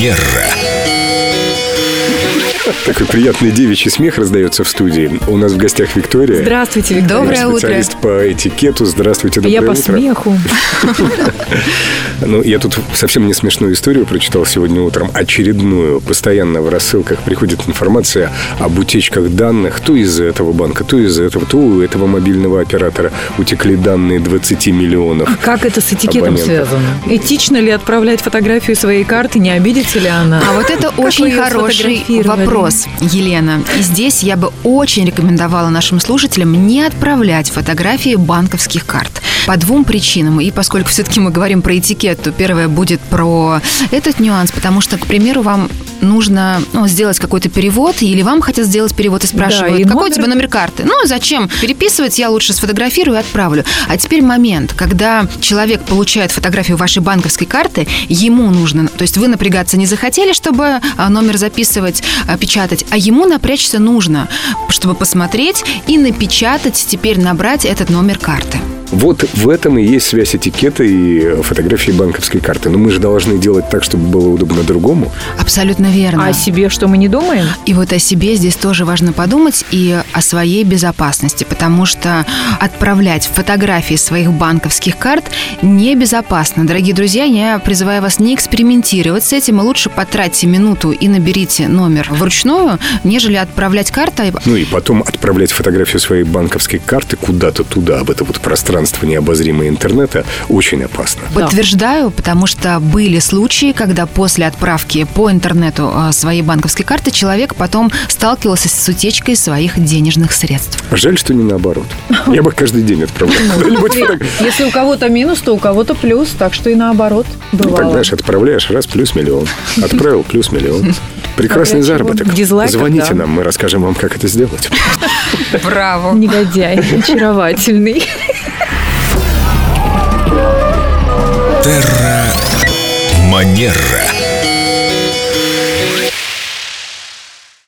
Манера. Такой приятный девичий смех раздается в студии. У нас в гостях Виктория. Здравствуйте, Виктория. Доброе утро. Специалист по этикету. Здравствуйте, доброе утро. Я по смеху. Ну, я тут совсем не смешную историю прочитал сегодня утром. Очередную. Постоянно в рассылках приходит информация об утечках данных. То из этого банка, то из этого, то у этого мобильного оператора утекли данные 20 миллионов. А как это с этикетом абонентов связано? Этично ли отправлять фотографию своей карты? Не обидится ли она? А вот это Как вы очень её хороший сфотографировали? вопрос, Елена. И здесь я бы очень рекомендовала нашим слушателям не отправлять фотографии банковских карт. По двум причинам. И поскольку все-таки мы говорим про этикет, то первое будет про этот нюанс, потому что, к примеру, вам нужно сделать какой-то перевод, или вам хотят сделать перевод и спрашивают, и какой у тебя номер карты? Зачем переписывать, я лучше сфотографирую и отправлю. А теперь момент, когда человек получает фотографию вашей банковской карты, ему нужно, то есть вы напрягаться не захотели, чтобы номер записывать, печатать, а ему напрячься нужно, чтобы посмотреть и напечатать, теперь набрать этот номер карты. Вот в этом и есть связь этикета и фотографии банковской карты. Но мы же должны делать так, чтобы было удобно другому. Абсолютно верно. А о себе что, мы не думаем? И вот о себе здесь тоже важно подумать и о своей безопасности, потому что отправлять фотографии своих банковских карт небезопасно. Дорогие друзья, я призываю вас не экспериментировать с этим, и лучше потратьте минуту и наберите номер вручную, нежели отправлять карты. Ну и потом отправлять фотографию своей банковской карты куда-то туда, в это вот пространство необозримое интернета, очень опасно. Подтверждаю, потому что были случаи, когда после отправки по интернету своей банковской карты человек потом сталкивался с утечкой своих денежных средств. Жаль, что не наоборот. Я бы каждый день отправлял куда-нибудь фотографию. Если у кого-то минус, то у кого-то плюс, так что и наоборот Так, бывало. знаешь, отправляешь раз плюс миллион. Отправил плюс миллион. Прекрасный Для чего? заработок. Дизлайков, Звоните да. нам, мы расскажем вам, как это сделать. Браво! Негодяй, очаровательный. Манера.